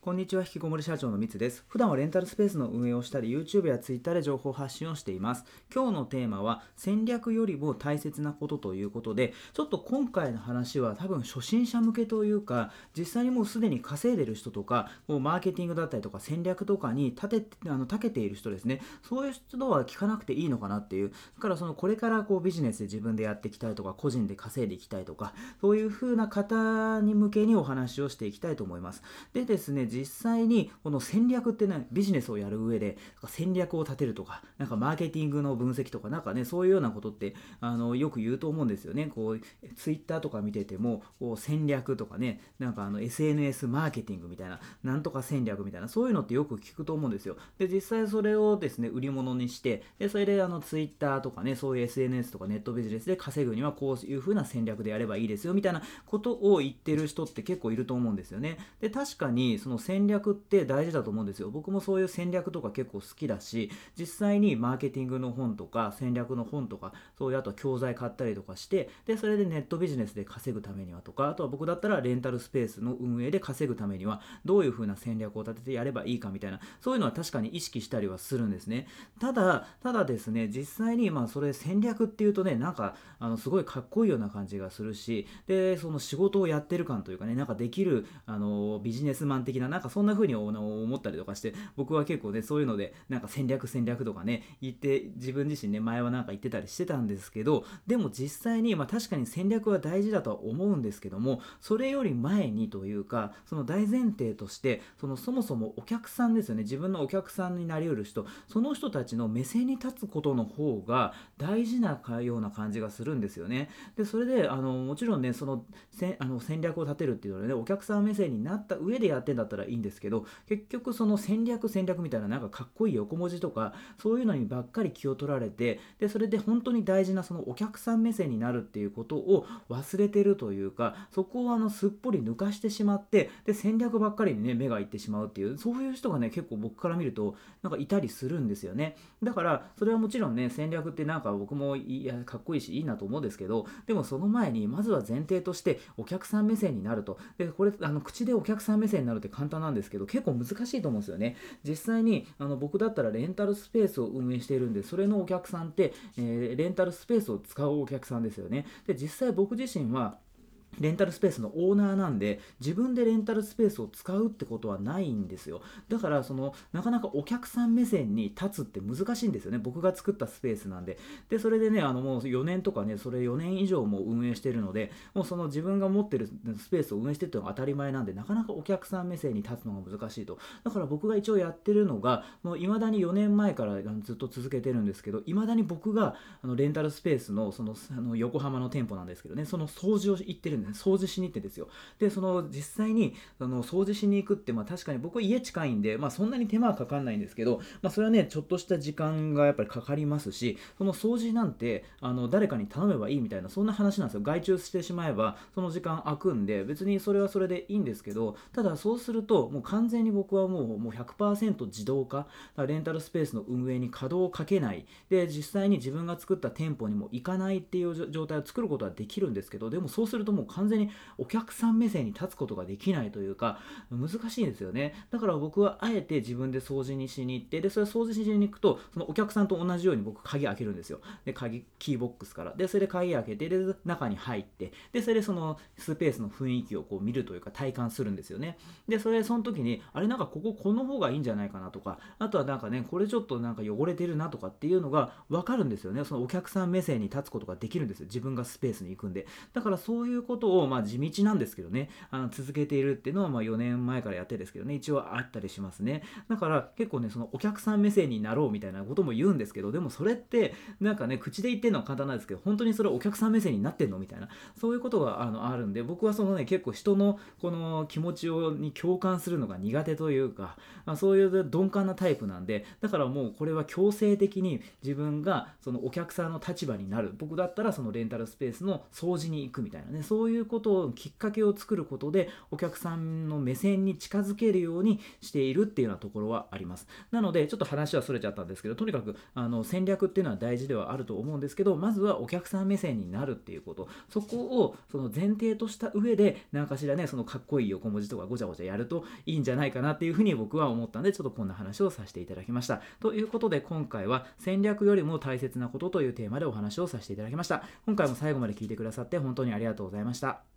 こんにちは、引きこもり社長のみつです。普段はレンタルスペースの運営をしたり、YouTube や Twitter で情報発信をしています。今日のテーマは、戦略よりも大切なことということで、ちょっと今回の話は多分初心者向けというか、実際にもうすでに稼いでる人とか、もうマーケティングだったりとか戦略とかに長けている人ですね。そういう人は聞かなくていいのかなっていう。だからこれからビジネスで自分でやっていきたいとか、個人で稼いでいきたいとか、そういう風な方に向けにお話をしていきたいと思います。でですね、実際にこの戦略ってね、ビジネスをやる上で戦略を立てるとか、マーケティングの分析とかそういうようなことってよく言うと思うんですよね。ツイッターとか見てても戦略とかね、SNS マーケティングみたいな、なんとか戦略みたいな、そういうのってよく聞くと思うんですよ。で、実際それをですね、売り物にして、でそれでツイッターとかね、そういう SNS とかネットビジネスで稼ぐにはこういう風な戦略でやればいいですよみたいなことを言ってる人って結構いると思うんですよね。で、確かにその戦略って大事だと思うんですよ。僕もそういう戦略とか結構好きだし、実際にマーケティングの本とか戦略の本とか、そういうあとは教材買ったりとかして、でそれでネットビジネスで稼ぐためにはとか、あとは僕だったらレンタルスペースの運営で稼ぐためにはどういう風な戦略を立ててやればいいかみたいな、そういうのは確かに意識したりはするんですね。ただですね、実際にそれ戦略っていうとね、すごいかっこいいような感じがするし、でその仕事をやってる感というかね、できるビジネスマン的な、そんな風に思ったりとかして、僕は結構ね、そういうので戦略とかね言って、自分自身ね前は言ってたりしてたんですけど、でも実際に確かに戦略は大事だとは思うんですけども、それより前にというか、その大前提として、そもそもお客さんですよね。自分のお客さんになりうる人、その人たちの目線に立つことの方が大事なような感じがするんですよね。でそれでもちろんね、戦略を立てるっていうのはね、お客さん目線になった上でやってんだったらいいんですけど、結局その戦略みたいな、かっこいい横文字とかそういうのにばっかり気を取られて、でそれで本当に大事なそのお客さん目線になるっていうことを忘れてるというか、そこをすっぽり抜かしてしまって、で戦略ばっかりにね目がいってしまうっていう、そういう人がね結構僕から見るといたりするんですよね。だからそれはもちろんね、戦略って僕もかっこいいしいいなと思うんですけど、でもその前にまずは前提としてお客さん目線になると。でこれ口でお客さん目線になるって簡単なんですけど、結構難しいと思うんですよね。実際に僕だったらレンタルスペースを運営しているんで、それのお客さんって、レンタルスペースを使うお客さんですよね。で実際僕自身はレンタルスペースのオーナーなんで、自分でレンタルスペースを使うってことはないんですよ。だからなかなかお客さん目線に立つって難しいんですよね。僕が作ったスペースなんで。でそれでね、もう4年とかね、それ4年以上も運営してるので、もうその自分が持ってるスペースを運営してるっていうのが当たり前なんで、なかなかお客さん目線に立つのが難しいと。だから僕が一応やってるのが、もう未だに4年前からずっと続けてるんですけど、未だに僕がレンタルスペースの横浜の店舗なんですけどね、その掃除を行ってるんです。掃除しに行ってですよ。で実際に掃除しに行くって、確かに僕家近いんで、そんなに手間はかかんないんですけど、それはねちょっとした時間がやっぱりかかりますし、その掃除なんて誰かに頼めばいいみたいな、そんな話なんですよ。外注してしまえばその時間空くんで、別にそれはそれでいいんですけど、ただそうするともう完全に僕はもう 100% 自動化、レンタルスペースの運営に稼働をかけない、で実際に自分が作った店舗にも行かないっていう状態を作ることはできるんですけど、でもそうするともう完全にお客さん目線に立つことができないというか、難しいんですよね。だから僕はあえて自分で掃除にしに行って、でそれ掃除しに行くと、そのお客さんと同じように僕鍵開けるんですよ。でキーボックスから、でそれで鍵開けて、で中に入って、でそれでそのスペースの雰囲気を見るというか体感するんですよね。でその時にあれこの方がいいんじゃないかなとか、あとはこれちょっと汚れてるなとかっていうのが分かるんですよね。そのお客さん目線に立つことができるんですよ、自分がスペースに行くんで。だからそういうことを地道なんですけどね、続けているっていうのは4年前からやってですけどね、一応あったりしますね。だから結構ね、そのお客さん目線になろうみたいなことも言うんですけど、でもそれって口で言ってるのは簡単なんですけど、本当にそれお客さん目線になってんのみたいな、そういうことがあるんで、僕は結構人のこの気持ちに共感するのが苦手というか、そういう鈍感なタイプなんで、だからもうこれは強制的に自分がそのお客さんの立場になる。僕だったらそのレンタルスペースの掃除に行くみたいなね、そうそういうことをきっかけを作ることでお客さんの目線に近づけるようにしているっていうようなところはあります。なのでちょっと話はそれちゃったんですけど、とにかく戦略っていうのは大事ではあると思うんですけど、まずはお客さん目線になるっていうこと、そこをその前提とした上で何かしらね、そのかっこいい横文字とかごちゃごちゃやるといいんじゃないかなっていうふうに僕は思ったんで、ちょっとこんな話をさせていただきました。ということで今回は戦略よりも大切なことというテーマでお話をさせていただきました。今回も最後まで聞いてくださって本当にありがとうございました。